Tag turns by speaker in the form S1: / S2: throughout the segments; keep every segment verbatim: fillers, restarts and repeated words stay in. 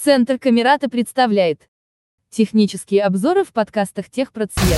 S1: Центр Камерата представляет технические обзоры в подкастах Техпроцвет.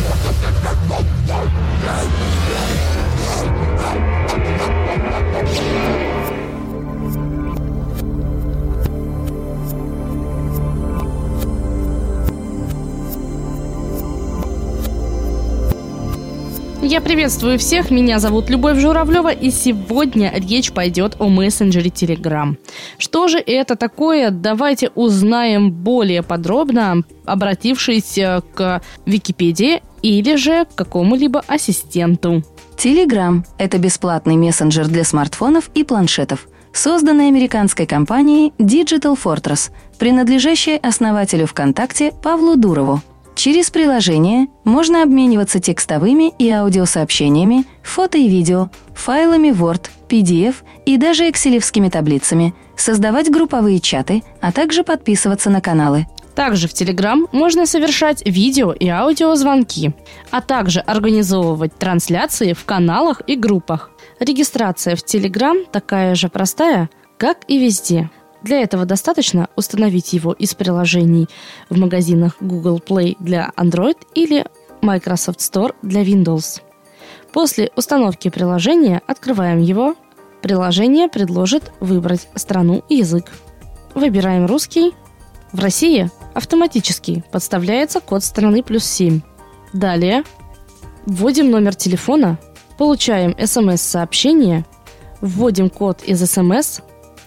S2: Я приветствую всех, меня зовут Любовь Журавлева, и сегодня речь пойдет о мессенджере Telegram. Что же это такое? Давайте узнаем более подробно, обратившись к Википедии или же к какому-либо ассистенту.
S3: Telegram – это бесплатный мессенджер для смартфонов и планшетов, созданный американской компанией Digital Fortress, принадлежащей основателю ВКонтакте Павлу Дурову. Через приложение можно обмениваться текстовыми и аудиосообщениями, фото и видео, файлами Word, пи ди эф и даже экселевскими таблицами, создавать групповые чаты, а также подписываться на каналы.
S2: Также в Telegram можно совершать видео и аудиозвонки, а также организовывать трансляции в каналах и группах. Регистрация в Telegram такая же простая, как и везде. Для этого достаточно установить его из приложений в магазинах Google Play для Android или Microsoft Store для Windows. После установки приложения открываем его. Приложение предложит выбрать страну и язык. Выбираем русский. В России автоматически подставляется код страны плюс семь. Далее вводим номер телефона, получаем смс-сообщение, вводим код из смс,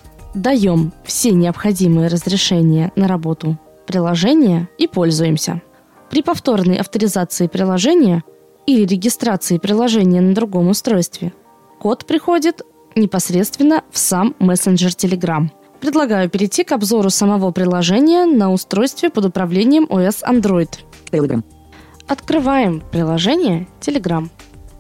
S2: даем все необходимые разрешения на работу приложения и пользуемся. При повторной авторизации приложения или регистрации приложения на другом устройстве код приходит непосредственно в сам мессенджер Telegram. Предлагаю перейти к обзору самого приложения на устройстве под управлением о эс Android.
S4: Telegram.
S2: Открываем приложение Telegram.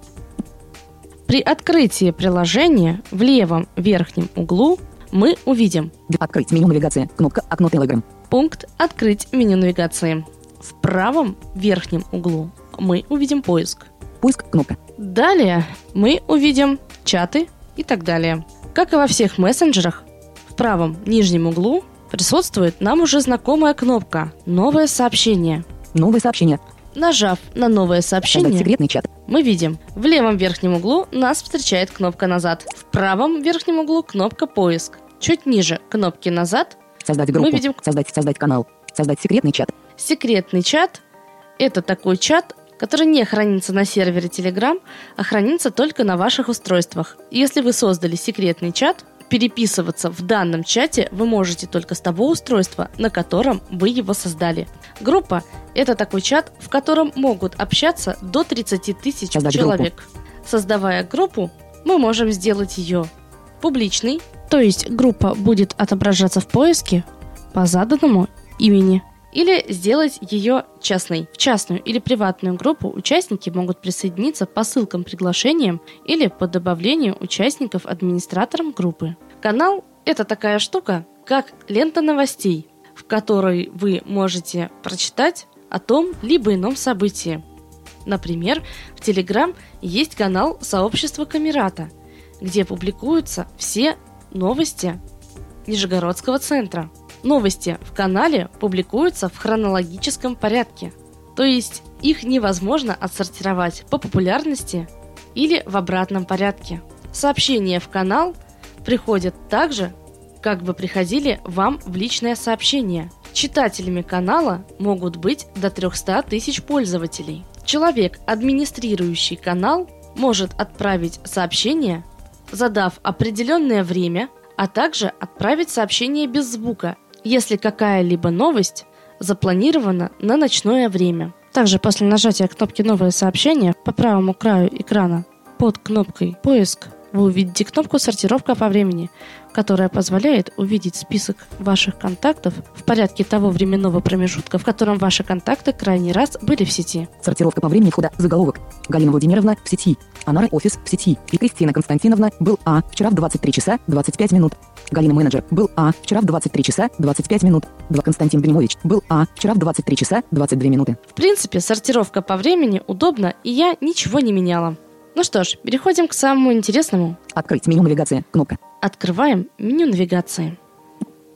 S2: При открытии приложения в левом верхнем углу мы увидим
S4: Открыть меню навигации. Кнопка «Окно Telegram».
S2: пункт «Открыть меню навигации». В правом верхнем углу мы увидим поиск.
S4: Поиск. Кнопка.
S2: Далее мы увидим чаты и так далее. Как и во всех мессенджерах, в правом нижнем углу присутствует нам уже знакомая кнопка «Новое сообщение».
S4: Новые сообщения.
S2: Нажав на новое сообщение,
S4: Создать секретный чат.
S2: мы видим, в левом верхнем углу нас встречает кнопка «Назад», в правом верхнем углу кнопка «Поиск». Чуть ниже кнопки «Назад»
S4: Создать группу.
S2: мы видим
S4: Создать, создать канал. Создать секретный чат.
S2: секретный чат. Это такой чат, который не хранится на сервере Telegram, а хранится только на ваших устройствах. Если вы создали секретный чат, переписываться в данном чате вы можете только с того устройства, на котором вы его создали. Группа – это такой чат, в котором могут общаться до тридцать тысяч
S4: Создать
S2: человек.
S4: группу.
S2: Создавая группу, мы можем сделать ее публичной, то есть группа будет отображаться в поиске по заданному имени, или сделать ее частной. В частную или приватную группу участники могут присоединиться по ссылкам-приглашениям или по добавлению участников администратором группы. Канал – это такая штука, как лента новостей, в которой вы можете прочитать о том либо ином событии. Например, в Telegram есть канал сообщества Камерата, где публикуются все новости Нижегородского центра. Новости в канале публикуются в хронологическом порядке, то есть их невозможно отсортировать по популярности или в обратном порядке. Сообщения в канал приходят так же, как бы приходили вам в личное сообщение. Читателями канала могут быть до триста тысяч пользователей. Человек, администрирующий канал, может отправить сообщение, задав определенное время, а также отправить сообщение без звука, если какая-либо новость запланирована на ночное время. Также после нажатия кнопки «Новое сообщение» по правому краю экрана под кнопкой «Поиск» вы увидите кнопку «Сортировка по времени», которая позволяет увидеть список ваших контактов в порядке того временного промежутка, в котором ваши контакты крайний раз были в сети.
S4: Сортировка по времени входа. Заголовок. Галина Владимировна в сети. Анара офис в сети. И Кристина Константиновна был А. Вчера в двадцать три часа двадцать пять минут. Галина менеджер был А. Вчера в двадцать три часа двадцать пять минут. два. Константин Дмитриевич был А. Вчера в двадцать три часа двадцать две минуты.
S2: В принципе, сортировка по времени удобна, и я ничего не меняла. Ну что ж, переходим к самому интересному.
S4: Открыть меню навигации. Кнопка.
S2: Открываем меню навигации.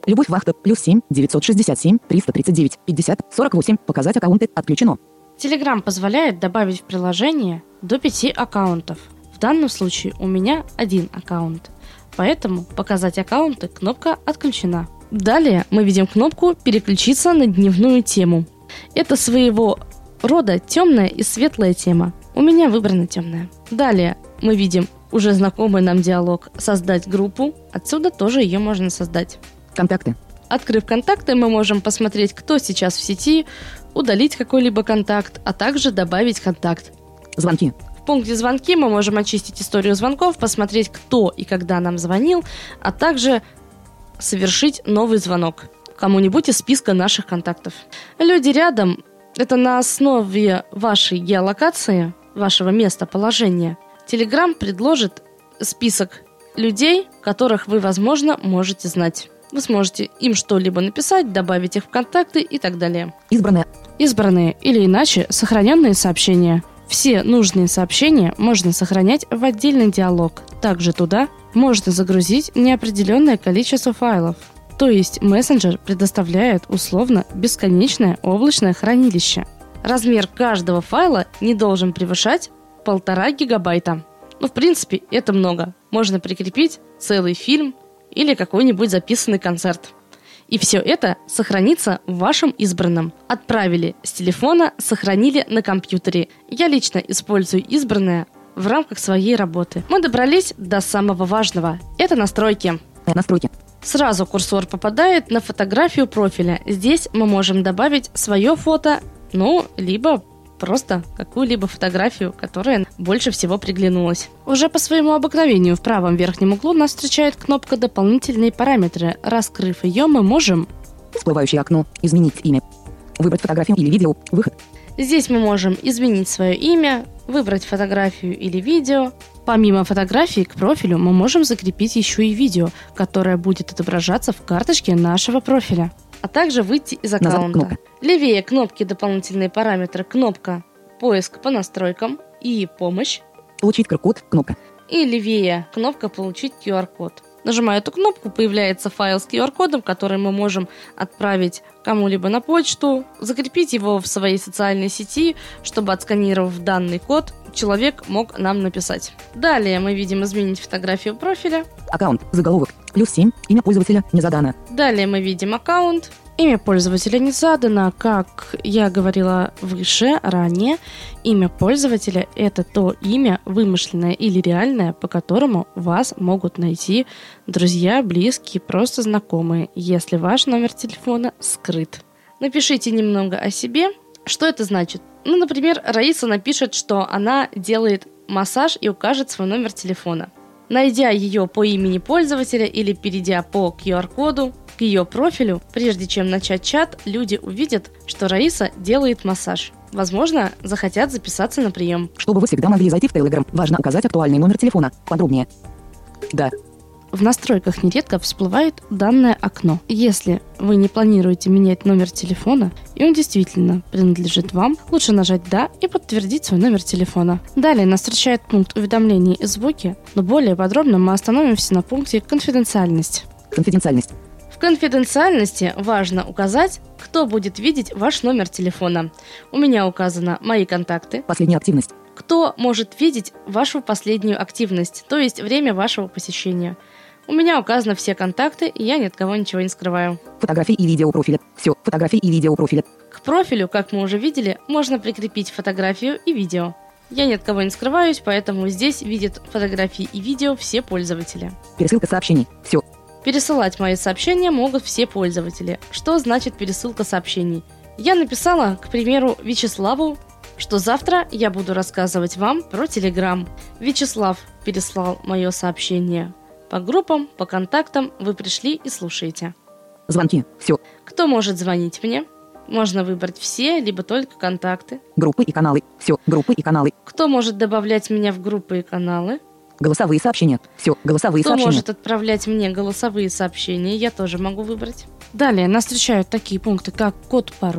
S4: Любовь Вахта, плюс семь, девятьсот шестьдесят семь, триста тридцать девять, пятьдесят, сорок восемь. Показать аккаунты отключено.
S2: Telegram позволяет добавить в приложение до пяти аккаунтов. В данном случае у меня один аккаунт. Поэтому «Показать аккаунты» кнопка отключена. Далее мы видим кнопку «Переключиться на дневную тему». Это своего рода темная и светлая тема. У меня выбрана темная. Далее мы видим уже знакомый нам диалог «Создать группу». Отсюда тоже ее можно создать.
S4: Контакты.
S2: Открыв контакты, мы можем посмотреть, кто сейчас в сети, удалить какой-либо контакт, а также добавить контакт.
S4: Звонки.
S2: В пункте «Звонки» мы можем очистить историю звонков, посмотреть, кто и когда нам звонил, а также совершить новый звонок кому-нибудь из списка наших контактов. Люди рядом – это на основе вашей геолокации, вашего местоположения. Telegram предложит список людей, которых вы, возможно, можете знать. Вы сможете им что-либо написать, добавить их в контакты и так далее.
S4: Избранные.
S2: Избранные или иначе сохраненные сообщения. Все нужные сообщения можно сохранять в отдельный диалог. Также туда можно загрузить неопределенное количество файлов. То есть мессенджер предоставляет условно бесконечное облачное хранилище. Размер каждого файла не должен превышать полтора гигабайта. Ну, в принципе, это много. Можно прикрепить целый фильм или какой-нибудь записанный концерт. И все это сохранится в вашем избранном. Отправили с телефона, сохранили на компьютере. Я лично использую избранное в рамках своей работы. Мы добрались до самого важного. Это настройки.
S4: Настройки.
S2: Сразу курсор попадает на фотографию профиля. Здесь мы можем добавить свое фото, ну, либо просто какую-либо фотографию, которая больше всего приглянулась. Уже по своему обыкновению в правом верхнем углу нас встречает кнопка «Дополнительные параметры». Раскрыв ее, мы можем...
S4: Всплывающее окно. Изменить имя. Выбрать фотографию или видео. Выход.
S2: Здесь мы можем изменить свое имя, выбрать фотографию или видео. Помимо фотографии к профилю мы можем закрепить еще и видео, которое будет отображаться в карточке нашего профиля. А также выйти из аккаунта.
S4: Назад,
S2: Левее кнопки «Дополнительные параметры» кнопка «Поиск по настройкам» и «Помощь».
S4: Получить ку ар-код. Кнопка.
S2: И левее кнопка «Получить ку ар-код». Нажимая эту кнопку, появляется файл с ку ар-кодом, который мы можем отправить кому-либо на почту, закрепить его в своей социальной сети, чтобы, отсканировав данный код, человек мог нам написать. Далее мы видим «Изменить фотографию профиля».
S4: Аккаунт. Заголовок. Плюс семь. Имя пользователя не задано.
S2: Далее мы видим аккаунт. Имя пользователя не задано, как я говорила выше, ранее. Имя пользователя – это то имя, вымышленное или реальное, по которому вас могут найти друзья, близкие, просто знакомые, если ваш номер телефона скрыт. Напишите немного о себе. Что это значит? Ну, например, Раиса напишет, что она делает массаж и укажет свой номер телефона. Найдя ее по имени пользователя или перейдя по ку ар-коду к ее профилю, прежде чем начать чат, люди увидят, что Раиса делает массаж. Возможно, захотят записаться на прием.
S4: Чтобы вы всегда могли зайти в Telegram, важно указать актуальный номер телефона. Подробнее. Да.
S2: В настройках нередко всплывает данное окно. Если вы не планируете менять номер телефона, и он действительно принадлежит вам, лучше нажать «Да» и подтвердить свой номер телефона. Далее нас встречает пункт уведомлений и звуки, но более подробно мы остановимся на пункте «Конфиденциальность».
S4: Конфиденциальность.
S2: В конфиденциальности важно указать, кто будет видеть ваш номер телефона. У меня указано «Мои контакты».
S4: Последняя активность.
S2: Кто может видеть вашу последнюю активность, то есть время вашего посещения. У меня указаны все контакты, и я ни от кого ничего не скрываю.
S4: Фотографии и видео профиля. Все, фотографии и видео профиля.
S2: К профилю, как мы уже видели, можно прикрепить фотографию и видео. Я ни от кого не скрываюсь, поэтому здесь видят фотографии и видео все пользователи.
S4: Пересылка сообщений. Все.
S2: Пересылать мои сообщения могут все пользователи. Что значит пересылка сообщений? Я написала, к примеру, Вячеславу, что завтра я буду рассказывать вам про Telegram. Вячеслав переслал мое сообщение по группам, по контактам, вы пришли и слушаете.
S4: Звонки. Все.
S2: Кто может звонить мне? Можно выбрать все, либо только контакты.
S4: Группы и каналы. Все, группы и каналы.
S2: Кто может добавлять меня в группы и каналы?
S4: Голосовые сообщения. Все, голосовые
S2: Кто
S4: сообщения.
S2: может отправлять мне голосовые сообщения? Я тоже могу выбрать. Далее нас встречают такие пункты, как код-пароль.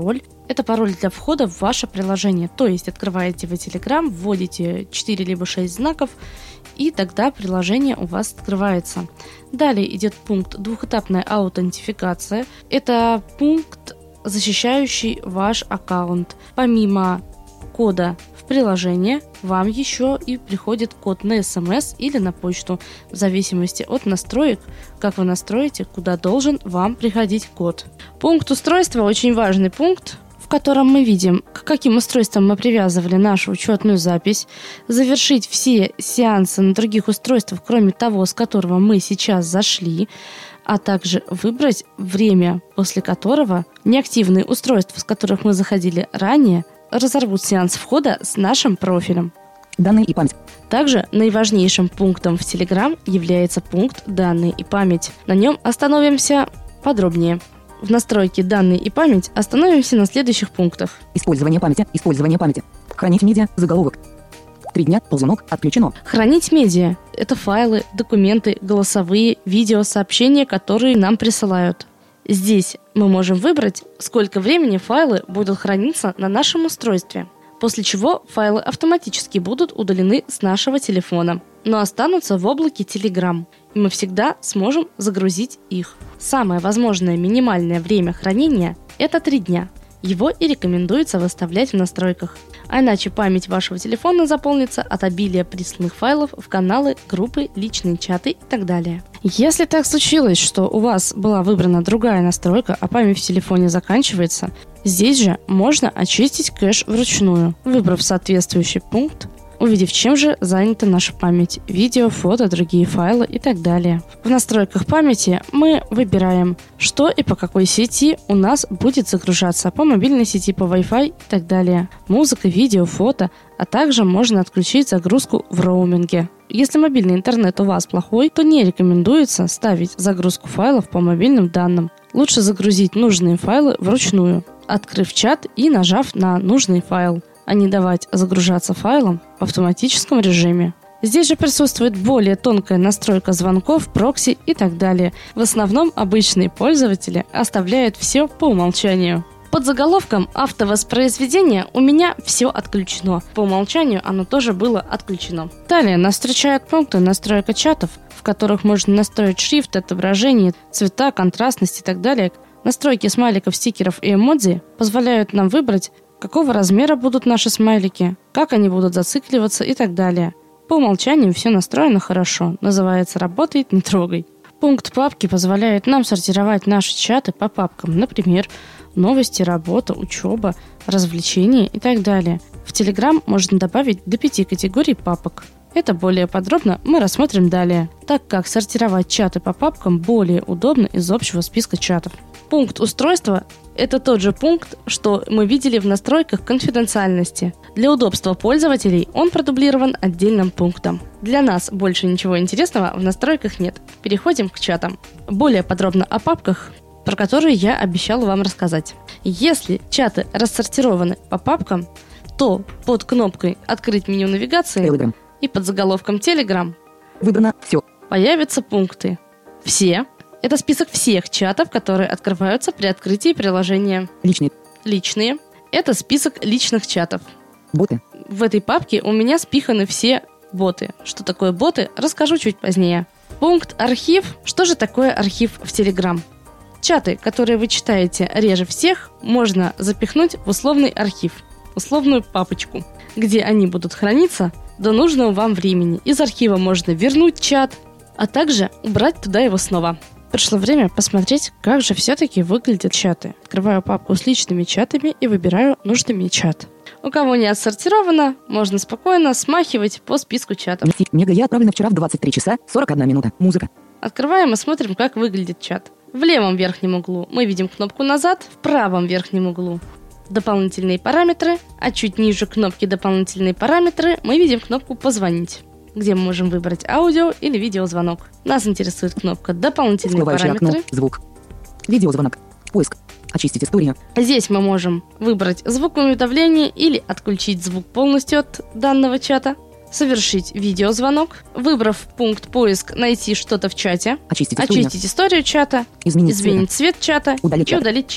S2: Это пароль для входа в ваше приложение. То есть открываете вы Telegram, вводите четыре либо шесть знаков, и тогда приложение у вас открывается. Далее идет пункт двухэтапная аутентификация. Это пункт, защищающий ваш аккаунт. Помимо кода в приложение, вам еще и приходит код на эс эм эс или на почту, в зависимости от настроек, как вы настроите, куда должен вам приходить код. Пункт устройства очень важный пункт, в котором мы видим, к каким устройствам мы привязывали нашу учетную запись, завершить все сеансы на других устройствах, кроме того, с которого мы сейчас зашли, а также выбрать время, после которого неактивные устройства, с которых мы заходили ранее, разорвут сеанс входа с нашим профилем.
S4: Данные и память.
S2: Также наиважнейшим пунктом в Telegram является пункт «Данные и память». На нем остановимся подробнее. В настройке «Данные и память» остановимся на следующих пунктах.
S4: Использование памяти. Использование памяти. Хранить медиа. Заголовок. Три дня. Ползунок. Отключено.
S2: Хранить медиа – это файлы, документы, голосовые, видео, сообщения, которые нам присылают. Здесь мы можем выбрать, сколько времени файлы будут храниться на нашем устройстве, после чего файлы автоматически будут удалены с нашего телефона, но останутся в облаке Telegram, и мы всегда сможем загрузить их. Самое возможное минимальное время хранения – это три дня. Его и рекомендуется выставлять в настройках. А иначе память вашего телефона заполнится от обилия присланных файлов в каналы, группы, личные чаты и так далее. Если так случилось, что у вас была выбрана другая настройка, а память в телефоне заканчивается, здесь же можно очистить кэш вручную, выбрав соответствующий пункт, увидев, чем же занята наша память – видео, фото, другие файлы и так далее. В настройках памяти мы выбираем, что и по какой сети у нас будет загружаться, по мобильной сети, по Wi-Fi и так далее. Музыка, видео, фото, а также можно отключить загрузку в роуминге. Если мобильный интернет у вас плохой, то не рекомендуется ставить загрузку файлов по мобильным данным. Лучше загрузить нужные файлы вручную, открыв чат и нажав на нужный файл, а не давать загружаться файлам в автоматическом режиме. Здесь же присутствует более тонкая настройка звонков, прокси и так далее. В основном обычные пользователи оставляют все по умолчанию. Под заголовком «Автовоспроизведение» у меня все отключено. По умолчанию оно тоже было отключено. Далее нас встречают пункты настройка чатов, в которых можно настроить шрифт, отображение, цвета, контрастность и так далее. Настройки смайликов, стикеров и эмодзи позволяют нам выбрать, какого размера будут наши смайлики, как они будут зацикливаться и так далее. По умолчанию все настроено хорошо, называется «Работает, не трогай». Пункт папки позволяет нам сортировать наши чаты по папкам, например, новости, работа, учеба, развлечения и так далее. В Telegram можно добавить до пяти категорий папок. Это более подробно мы рассмотрим далее, так как сортировать чаты по папкам более удобно из общего списка чатов. Пункт устройства – это тот же пункт, что мы видели в настройках конфиденциальности. Для удобства пользователей он продублирован отдельным пунктом. Для нас больше ничего интересного в настройках нет. Переходим к чатам. Более подробно о папках, про которые я обещала вам рассказать. Если чаты рассортированы по папкам, то под кнопкой «Открыть меню навигации»
S4: Telegram.
S2: И под заголовком Telegram
S4: Выбрано все.
S2: появятся пункты «Все». Это список всех чатов, которые открываются при открытии приложения.
S4: Личные.
S2: Личные. Это список личных чатов.
S4: Боты.
S2: В этой папке у меня спиханы все боты. Что такое боты, расскажу чуть позднее. Пункт «Архив». Что же такое архив в Telegram? Чаты, которые вы читаете реже всех, можно запихнуть в условный архив, условную папочку, где они будут храниться до нужного вам времени. Из архива можно вернуть чат, а также убрать туда его снова. Пришло время посмотреть, как же все-таки выглядят чаты. Открываю папку с личными чатами и выбираю нужный мне чат. У кого не отсортировано, можно спокойно смахивать по списку чатов.
S4: Мега я отправлена вчера в двадцать три часа сорок одна минута. Музыка.
S2: Открываем и смотрим, как выглядит чат. В левом верхнем углу мы видим кнопку «Назад», в правом верхнем углу дополнительные параметры, а чуть ниже кнопки «Дополнительные параметры» мы видим кнопку «Позвонить», где мы можем выбрать аудио или видеозвонок. Нас интересует кнопка «Дополнительные
S4: Всплывающее
S2: параметры».
S4: окно. Звук. Видеозвонок. Поиск. Очистить историю.
S2: Здесь мы можем выбрать звукоуведомление или отключить звук полностью от данного чата, совершить видеозвонок, выбрав пункт «Поиск», найти что-то в чате,
S4: Очистить историю.
S2: очистить историю чата,
S4: Изменить,
S2: изменить цвет чата
S4: Удалить
S2: и
S4: чат.
S2: удалить чат.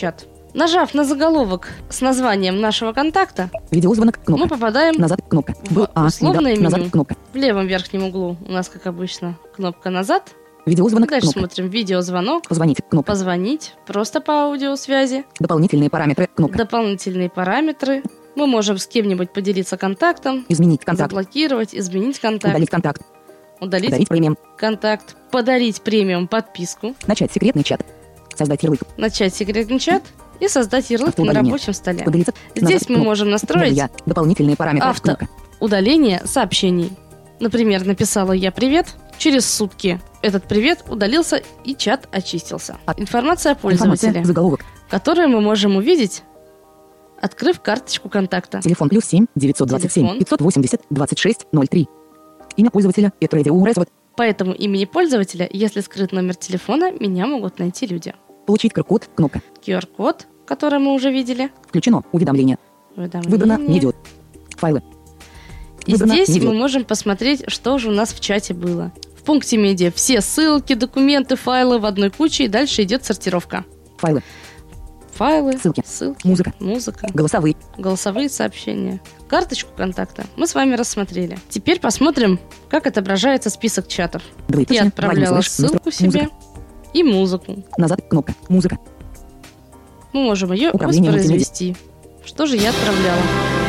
S2: Нажав на заголовок с названием нашего контакта,
S4: Видеозвонок. Кнопка.
S2: мы попадаем
S4: Назад. Кнопка.
S2: в
S4: Был А.
S2: условное
S4: Еда. Назад.
S2: меню.
S4: Кнопка.
S2: В левом верхнем углу у нас, как обычно, кнопка «Назад».
S4: Видеозвонок.
S2: Дальше
S4: Кнопка.
S2: смотрим видеозвонок,
S4: Позвонить. Кнопка.
S2: позвонить, просто по аудиосвязи,
S4: Дополнительные параметры. Кнопка.
S2: дополнительные параметры. Мы можем с кем-нибудь поделиться контактом,
S4: Изменить контакт.
S2: заблокировать, изменить контакт,
S4: Удалить контакт.
S2: удалить
S4: Удалить премиум.
S2: контакт, подарить премиум подписку,
S4: Начать секретный чат. Создать ярлык.
S2: начать секретный чат и создать ярлык на
S4: Автоудаление.
S2: рабочем столе.
S4: Поделиться.
S2: Здесь
S4: Назад.
S2: мы
S4: Кнопка.
S2: можем настроить
S4: Я. Дополнительные параметры.
S2: авто
S4: Кнопка.
S2: удаление сообщений. Например, написала я «Привет», через сутки этот «Привет» удалился и чат очистился.
S4: А-
S2: Информация о пользователе,
S4: Информация. Заголовок.
S2: которую мы можем увидеть, открыв карточку контакта.
S4: Телефон плюс семь девятьсот двадцать семь
S2: Телефон.
S4: пятьсот восемьдесят двадцать шесть ноль три. Имя пользователя. Петрадио.
S2: По этому имени пользователя, если скрыт номер телефона, меня могут найти люди.
S4: Получить код. Кнопка.
S2: ку ар код, который мы уже видели.
S4: Включено. Уведомление.
S2: Уведомление.
S4: Выбрано. Не идет. Файлы.
S2: И
S4: Выбрано.
S2: здесь
S4: Не
S2: мы
S4: идет.
S2: можем посмотреть, что же у нас в чате было. В пункте медиа все ссылки, документы, файлы в одной куче, и дальше идет сортировка.
S4: Файлы.
S2: Файлы,
S4: Ссылки.
S2: ссылки,
S4: Музыка.
S2: музыка,
S4: Голосовые.
S2: голосовые сообщения. Карточку контакта мы с вами рассмотрели. Теперь посмотрим, как отображается список чатов.
S4: Двоеточие.
S2: Я отправляла
S4: Вайбер, слэш,
S2: ссылку
S4: настро-
S2: себе
S4: Музыка.
S2: и музыку.
S4: Назад. Кнопка. Музыка.
S2: Мы можем ее
S4: Управление
S2: воспроизвести. Что же я отправляла?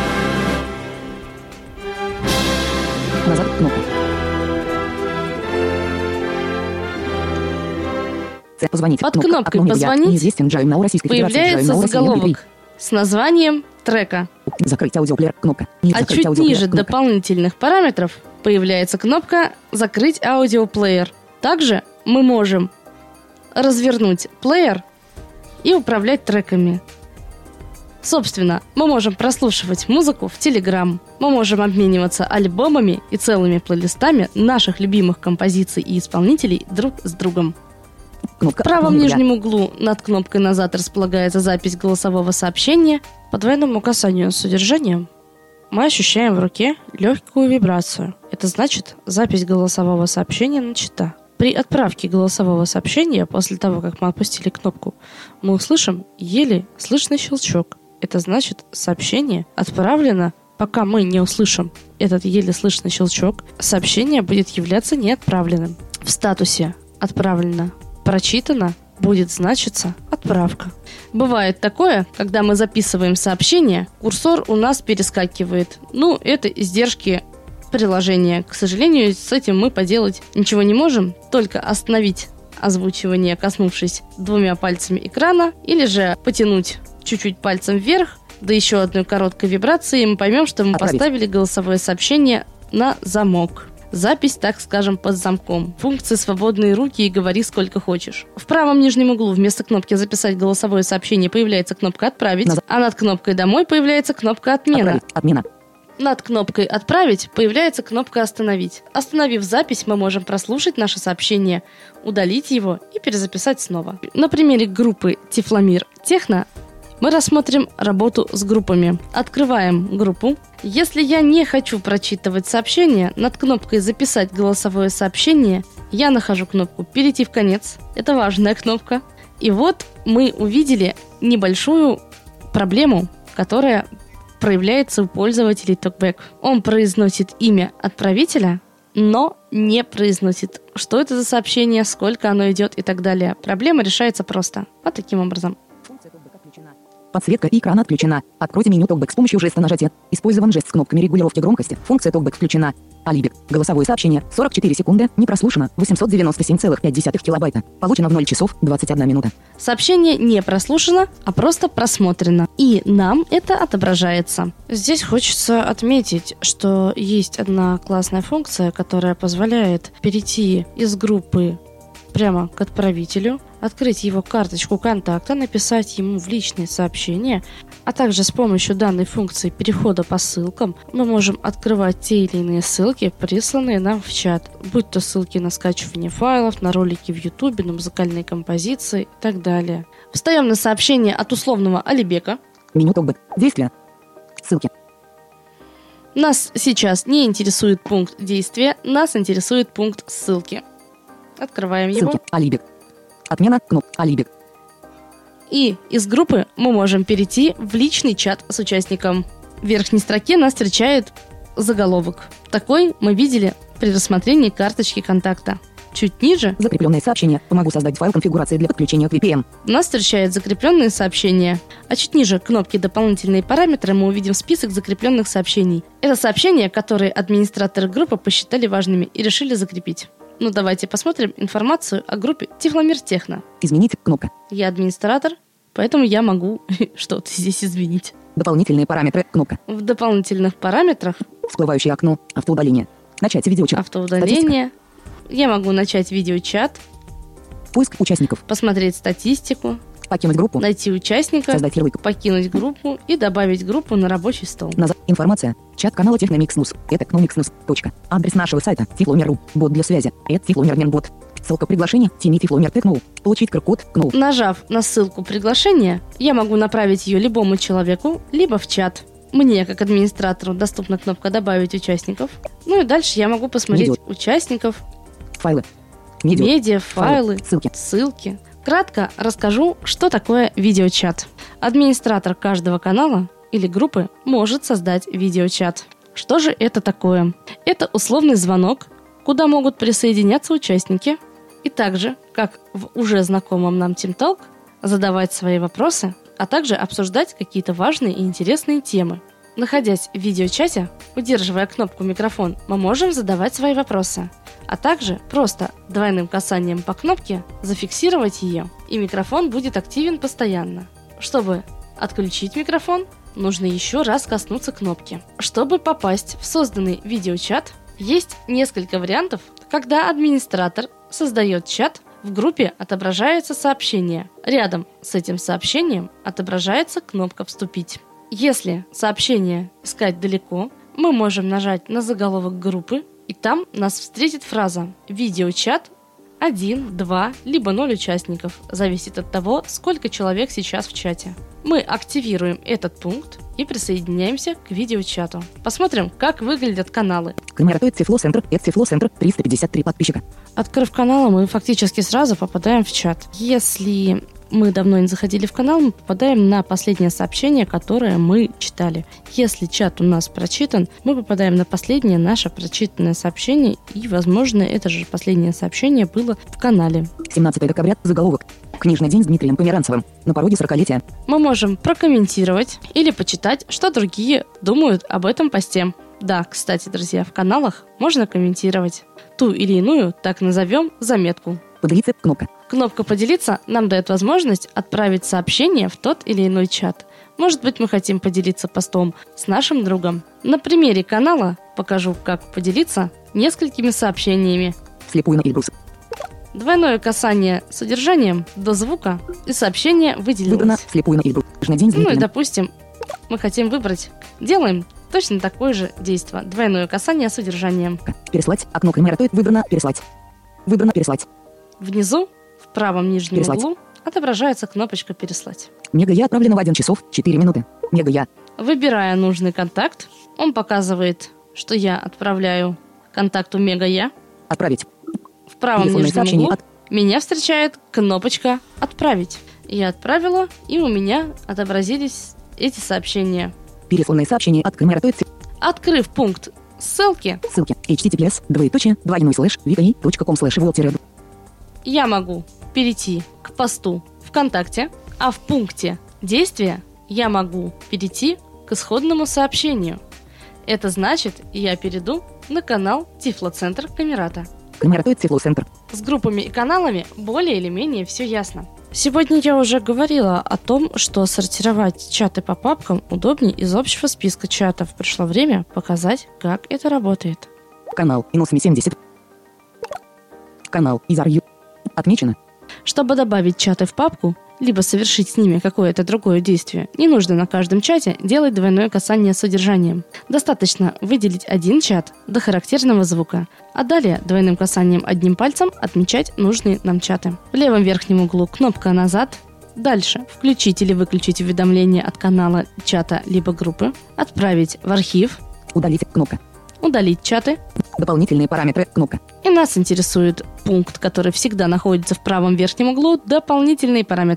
S4: Назад. Кнопка. Ц. Позвонить.
S2: Под
S4: Кнопка.
S2: кнопкой
S4: Окно медиа.
S2: «Позвонить»
S4: Неизвестен Джаймнау Российской Федерации.
S2: Появляется
S4: Джаймнау Россия. эм пи три.
S2: заголовок с названием трека.
S4: Закрыть аудиоплеер. Кнопка. Нет,
S2: А
S4: закрыть
S2: чуть
S4: аудиоплеер.
S2: ниже
S4: Кнопка.
S2: дополнительных параметров появляется кнопка «Закрыть аудиоплеер». Также мы можем развернуть плеер и управлять треками. Собственно, мы можем прослушивать музыку в Telegram. Мы можем обмениваться альбомами и целыми плейлистами наших любимых композиций и исполнителей друг с другом.
S4: Кнопка.
S2: В правом
S4: Окно медиа.
S2: нижнем углу над кнопкой «Назад» располагается запись голосового сообщения. По двойному касанию с содержанием мы ощущаем в руке легкую вибрацию. Это значит, запись голосового сообщения начата. При отправке голосового сообщения, после того, как мы отпустили кнопку, мы услышим еле слышный щелчок. Это значит, сообщение отправлено, пока мы не услышим этот еле слышный щелчок, сообщение будет являться неотправленным. В статусе «Отправлено», «Прочитано» будет значиться «Отправка». Бывает такое, когда мы записываем сообщение, курсор у нас перескакивает. Ну, это издержки приложения. К сожалению, с этим мы поделать ничего не можем, только остановить озвучивание, коснувшись двумя пальцами экрана, или же потянуть чуть-чуть пальцем вверх, до еще одной короткой вибрации, и мы поймем, что мы
S4: Отправить.
S2: поставили голосовое сообщение на замок. Запись, так скажем, под замком. Функции «Свободные руки» и «Говори сколько хочешь». В правом нижнем углу вместо кнопки «Записать голосовое сообщение» появляется кнопка «Отправить»,
S4: Назад.
S2: а над кнопкой «Домой» появляется кнопка «Отмена».
S4: Отправить. Отмена.
S2: Над кнопкой «Отправить» появляется кнопка «Остановить». Остановив запись, мы можем прослушать наше сообщение, удалить его и перезаписать снова. На примере группы «Тифломир Техно» мы рассмотрим работу с группами. Открываем группу. Если я не хочу прочитывать сообщение, над кнопкой «Записать голосовое сообщение» я нахожу кнопку «Перейти в конец». Это важная кнопка. И вот мы увидели небольшую проблему, которая проявляется у пользователей TalkBack. Он произносит имя отправителя, но не произносит, что это за сообщение, сколько оно идет и так далее. Проблема решается просто. Вот таким образом.
S4: Функция TalkBack отключена. Подсветка экрана отключена. Откройте меню TalkBack с помощью жеста нажатия. Использован жест с кнопками регулировки громкости. Функция TalkBack включена. Алибек. Голосовое сообщение. сорок четыре секунды. Не прослушано. восемьсот девяносто семь целых пять десятых килобайта. Получено в ноль часов двадцать одна минута.
S2: Сообщение не прослушано, а просто просмотрено. И нам это отображается. Здесь хочется отметить, что есть одна классная функция, которая позволяет перейти из группы прямо к отправителю, открыть его карточку контакта, написать ему в личные сообщения, а также с помощью данной функции перехода по ссылкам мы можем открывать те или иные ссылки, присланные нам в чат, будь то ссылки на скачивание файлов, на ролики в ютубе, на музыкальные композиции и так далее. Встаем на сообщение от условного Алибека.
S4: Меню TalkBack. Действия. Ссылки.
S2: Нас сейчас не интересует пункт действия, нас интересует пункт ссылки. Открываем его.
S4: Ссылки. Алибек. Отмена. Кнопка. Алибек.
S2: И из группы мы можем перейти в личный чат с участником. В верхней строке нас встречает заголовок. Такой мы видели при рассмотрении карточки контакта. Чуть ниже
S4: Закрепленные сообщения. Помогу создать файл конфигурации для подключения к ви пи эн.
S2: нас встречают закрепленные сообщения. А чуть ниже кнопки «Дополнительные параметры» мы увидим список закрепленных сообщений. Это сообщения, которые администраторы группы посчитали важными и решили закрепить. Ну давайте посмотрим информацию о группе Тифломир Техно.
S4: Изменить кнопка.
S2: Я администратор, поэтому я могу что-то здесь изменить.
S4: Дополнительные параметры кнопка.
S2: В дополнительных параметрах
S4: Всплывающее окно. Автоудаление. Начать видеочат.
S2: автоудаление. Я могу начать видеочат,
S4: Поиск участников.
S2: посмотреть статистику,
S4: Покинуть группу.
S2: найти участника,
S4: Создать ярлык.
S2: покинуть группу и добавить группу на рабочий стол.
S4: Назад. Информация. Чат канала Техномикснус. Это Техномикснус. Точка. Адрес нашего сайта. Тифломир.ру. Бот для связи. Это Тифломир Менбот. Ссылка приглашения. Тими Тифломир Технол. Получить код. Кнол.
S2: Нажав на ссылку приглашения, я могу направить ее любому человеку, либо в чат. Мне, как администратору, доступна кнопка «Добавить участников». Ну и дальше я могу посмотреть
S4: Видео.
S2: участников,
S4: Файлы. Медиа.
S2: медиа, файлы,
S4: Ссылки.
S2: ссылки. Кратко расскажу, что такое видеочат. Администратор каждого канала или группы может создать видеочат. Что же это такое? Это условный звонок, куда могут присоединяться участники и также, как в уже знакомом нам TeamTalk, задавать свои вопросы, а также обсуждать какие-то важные и интересные темы. Находясь в видеочате, удерживая кнопку «Микрофон», мы можем задавать свои вопросы, а также просто двойным касанием по кнопке зафиксировать ее, и микрофон будет активен постоянно. Чтобы отключить микрофон, нужно еще раз коснуться кнопки. Чтобы попасть в созданный видеочат, есть несколько вариантов, когда администратор создает чат. В группе отображается сообщение. Рядом с этим сообщением отображается кнопка «Вступить». Если сообщение искать далеко, мы можем нажать на заголовок группы, и там нас встретит фраза «Видеочат один, два, либо ноль участников». Зависит от того, сколько человек сейчас в чате. Мы активируем этот пункт и присоединяемся к видеочату. Посмотрим, как выглядят каналы.
S4: Конвертует Тифло-центр. Это Тифло-центр. триста пятьдесят три подписчика.
S2: Открыв канал, мы фактически сразу попадаем в чат. Если мы давно не заходили в канал, мы попадаем на последнее сообщение, которое мы читали. Если чат у нас прочитан, мы попадаем на последнее наше прочитанное сообщение, и, возможно, это же последнее сообщение было в канале.
S4: семнадцатого декабря. Заголовок. Книжный день с Дмитрием Померанцевым. На пороге сорокалетия.
S2: Мы можем прокомментировать или почитать, что другие думают об этом посте. Да, кстати, друзья, в каналах можно комментировать ту или иную, так назовем, заметку.
S4: Поделиться. Кнопка.
S2: Кнопка «Поделиться» нам дает возможность отправить сообщение в тот или иной чат. Может быть, мы хотим поделиться постом с нашим другом. На примере канала покажу, как поделиться несколькими сообщениями.
S4: Слепую на Эльбрус.
S2: Двойное касание содержанием до звука, и сообщение
S4: Выбрано.
S2: выделилось.
S4: Слепую на Эльбрус. Книжный день с
S2: Ну и,
S4: Дмитрием.
S2: допустим, мы хотим выбрать. Делаем точно такое же действие. Двойное касание содержанием.
S4: Переслать. Окно конвертует. Выбрано. Переслать. Выбрано. Переслать.
S2: Внизу, в правом нижнем
S4: Переслать.
S2: углу, отображается кнопочка «Переслать».
S4: Мега Я отправлено в один часов четыре минуты. Мега Я.
S2: Выбирая нужный контакт, он показывает, что я отправляю контакту Мега Я.
S4: Отправить.
S2: В правом
S4: Телефонное
S2: нижнем
S4: сообщение
S2: углу
S4: от...
S2: меня встречает кнопочка «Отправить». Я отправила, и у меня отобразились эти сообщения.
S4: Пересланное сообщение от конвертует.
S2: Открыв пункт ссылки,
S4: Ссылки. эйч ти ти пи эс двоеточие двойной слэш викай точка ком слэш волтире.
S2: я могу перейти к посту ВКонтакте, а в пункте «Действия» я могу перейти к исходному сообщению. Это значит, я перейду на канал Тифло-центр Камерата.
S4: Конвертует Тифло-центр.
S2: С группами и каналами более или менее все ясно. Сегодня я уже говорила о том, что сортировать чаты по папкам удобнее из общего списка чатов. Пришло время показать, как это работает.
S4: Канал Иносми семьдесят. Канал Изарью. Отмечено.
S2: Чтобы добавить чаты в папку, либо совершить с ними какое-то другое действие, не нужно на каждом чате делать двойное касание содержанием. Достаточно выделить один чат до характерного звука, а далее двойным касанием одним пальцем отмечать нужные нам чаты. В левом верхнем углу кнопка «Назад». Дальше включить или выключить уведомления от канала, чата либо группы, отправить в архив,
S4: Удалить. Кнопка.
S2: удалить чаты.
S4: Дополнительные параметры. Кнопка.
S2: И нас интересует пункт, который всегда находится в правом верхнем углу, дополнительные параметры.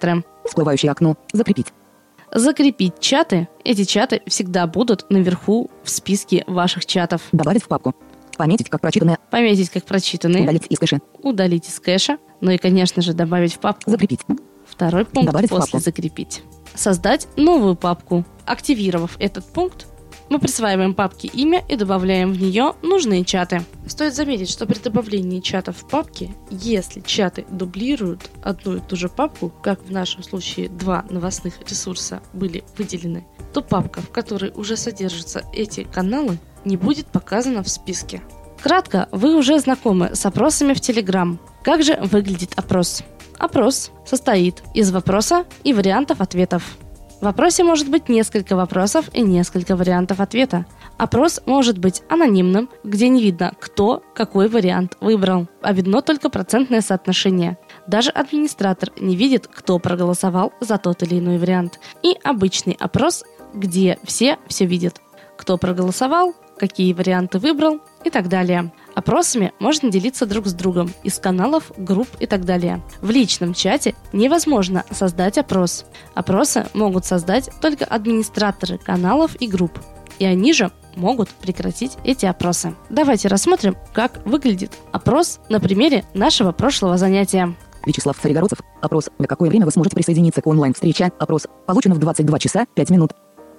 S4: Всплывающее окно. Закрепить.
S2: Закрепить чаты. Эти чаты всегда будут наверху в списке ваших чатов.
S4: Добавить в папку. Пометить как прочитанное.
S2: Пометить как прочитанные.
S4: Удалить из кэша.
S2: Удалить из кэша. Ну и, конечно же, добавить в папку.
S4: Закрепить.
S2: Второй пункт
S4: Добавить в
S2: после
S4: папку.
S2: закрепить. Создать новую папку. Активировав этот пункт, мы присваиваем папке имя и добавляем в нее нужные чаты. Стоит заметить, что при добавлении чатов в папки, если чаты дублируют одну и ту же папку, как в нашем случае два новостных ресурса были выделены, то папка, в которой уже содержатся эти каналы, не будет показана в списке. Кратко, вы уже знакомы с опросами в Telegram. Как же выглядит опрос? Опрос состоит из вопроса и вариантов ответов. В опросе может быть несколько вопросов и несколько вариантов ответа. Опрос может быть анонимным, где не видно, кто какой вариант выбрал, а видно только процентное соотношение. Даже администратор не видит, кто проголосовал за тот или иной вариант. И обычный опрос, где все все видят, кто проголосовал, какие варианты выбрал и так далее. Опросами можно делиться друг с другом из каналов, групп и так далее. В личном чате невозможно создать опрос. Опросы могут создать только администраторы каналов и групп. И они же могут прекратить эти опросы. Давайте рассмотрим, как выглядит опрос на примере нашего прошлого занятия.
S4: Вячеслав Царегородцев. Опрос. В какое время вы сможете присоединиться к онлайн-встрече? Опрос. Получено в двадцать два часа пять минут.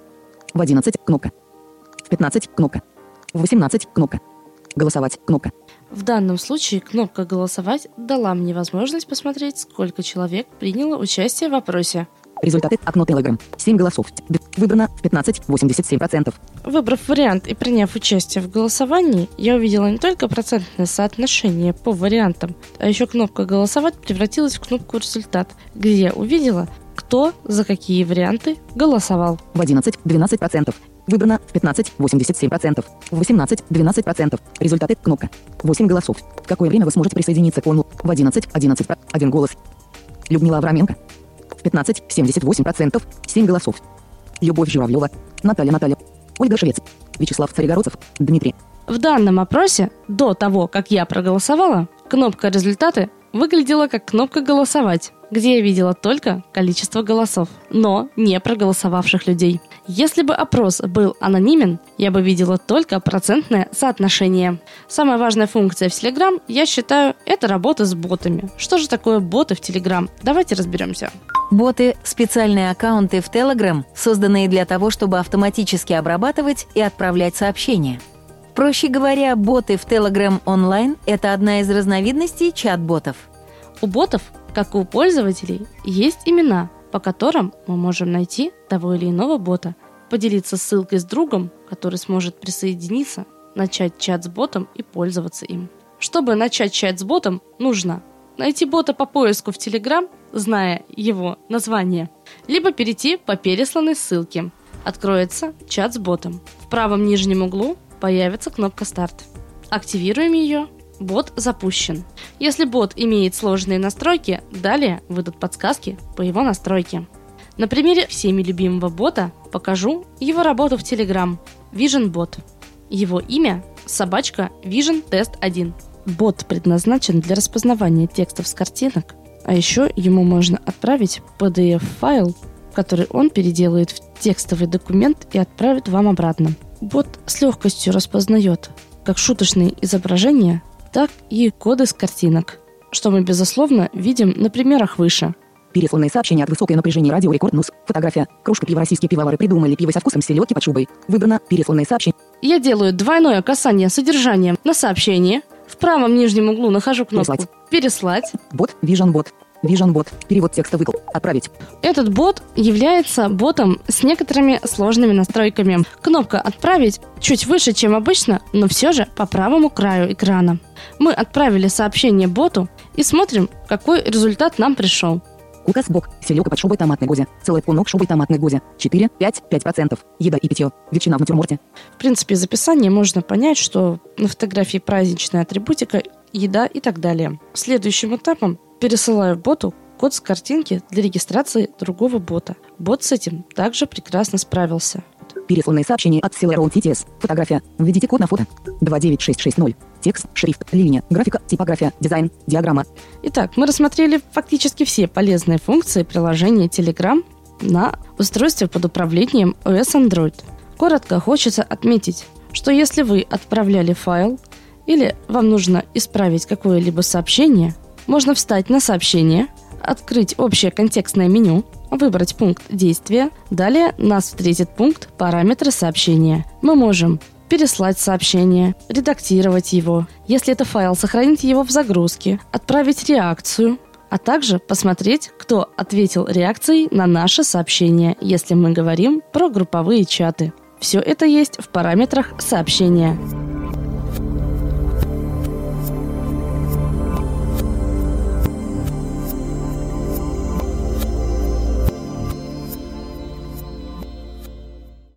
S4: В одиннадцать. Кнопка. В пятнадцать. Кнопка. В восемнадцать. Кнопка. Голосовать. Кнопка.
S2: В данном случае кнопка «Голосовать» дала мне возможность посмотреть, сколько человек приняло участие в опросе.
S4: Результаты. Окно Telegram. семь голосов. Д- Выбрано в пятнадцать. восемьдесят семь процентов.
S2: Выбрав вариант и приняв участие в голосовании, я увидела не только процентное соотношение по вариантам, а еще кнопка «Голосовать» превратилась в кнопку «Результат», где я увидела, кто за какие варианты голосовал.
S4: В одиннадцать. двенадцать процентов. Выбрано в пятнадцать. восемьдесят семь процентов. В восемнадцать. двенадцать процентов. Результаты. Кнопка. восемь голосов. В какое время вы сможете присоединиться к онлайн? В одиннадцать. одиннадцать. один голос. Людмила Авраменко. В пятнадцать. семьдесят восемь процентов. семь голосов. Любовь Журавлева. Наталья Наталья. Ольга Швец. Вячеслав Царегородцев. Дмитрий.
S2: В данном опросе, до того, как я проголосовала, кнопка «Результаты» выглядела как кнопка «Голосовать», где я видела только количество голосов, но не проголосовавших людей. Если бы опрос был анонимен, я бы видела только процентное соотношение. Самая важная функция в Telegram, я считаю, это работа с ботами. Что же такое боты в Telegram? Давайте разберемся.
S1: Боты – специальные аккаунты в Telegram, созданные для того, чтобы автоматически обрабатывать и отправлять сообщения. Проще говоря, боты в Telegram онлайн – это одна из разновидностей чат-ботов.
S2: У ботов, как и у пользователей, есть имена, по которым мы можем найти того или иного бота, поделиться ссылкой с другом, который сможет присоединиться, начать чат с ботом и пользоваться им. Чтобы начать чат с ботом, нужно найти бота по поиску в Telegram, зная его название, либо перейти по пересланной ссылке. Откроется чат с ботом. В правом нижнем углу появится кнопка «Старт». Активируем ее. Бот запущен. Если бот имеет сложные настройки, далее выйдут подсказки по его настройке. На примере всеми любимого бота покажу его работу в Telegram. Vision Bot. Его имя – собачка Vision Test один. Бот предназначен для распознавания текстов с картинок, а еще ему можно отправить пи ди эф-файл, который он переделает в текстовый документ и отправит вам обратно. Бот с легкостью распознает как шуточные изображения, так и коды с картинок, что мы, безусловно, видим на примерах выше.
S4: Пересланные сообщения от высокое напряжение, радиорекорд, нус, фотография, кружка пива, российские пивовары придумали пиво со вкусом селедки под шубой. Выбрано пересланные сообщения.
S2: Я делаю двойное касание содержанием на сообщение. В правом нижнем углу нахожу кнопку «Переслать». Переслать.
S4: Бот, Vision Bot. Vision Bot. Перевод текста выкл. Отправить.
S2: Этот бот является ботом с некоторыми сложными настройками. Кнопка «Отправить» чуть выше, чем обычно, но все же по правому краю экрана. Мы отправили сообщение боту и смотрим, какой результат нам пришел.
S4: Указ бок. Селедка под шубой, томатный гозя. Целый пунок шубой, томатный гозя. четыре, пять, пять процентов. Еда и питье. Ветчина в натюрморте.
S2: В принципе, из описания можно понять, что на фотографии праздничная атрибутика, еда и так далее. Следующим этапом пересылаю боту код с картинки для регистрации другого бота. Бот с этим также прекрасно справился.
S4: Пересланные сообщения от Celeron ти ти эс. Фотография. Введите код на фото. два девять шесть шесть ноль. Текст, шрифт, линия, графика, типография, дизайн, диаграмма.
S2: Итак, мы рассмотрели фактически все полезные функции приложения Telegram на устройстве под управлением о эс Android. Коротко хочется отметить, что если вы отправляли файл или вам нужно исправить какое-либо сообщение, можно встать на сообщение, открыть общее контекстное меню, выбрать пункт действия, далее нас встретит пункт «Параметры сообщения». Мы можем переслать сообщение, редактировать его, если это файл, сохранить его в загрузке, отправить реакцию, а также посмотреть, кто ответил реакцией на наше сообщение, если мы говорим про групповые чаты. Все это есть в параметрах сообщения.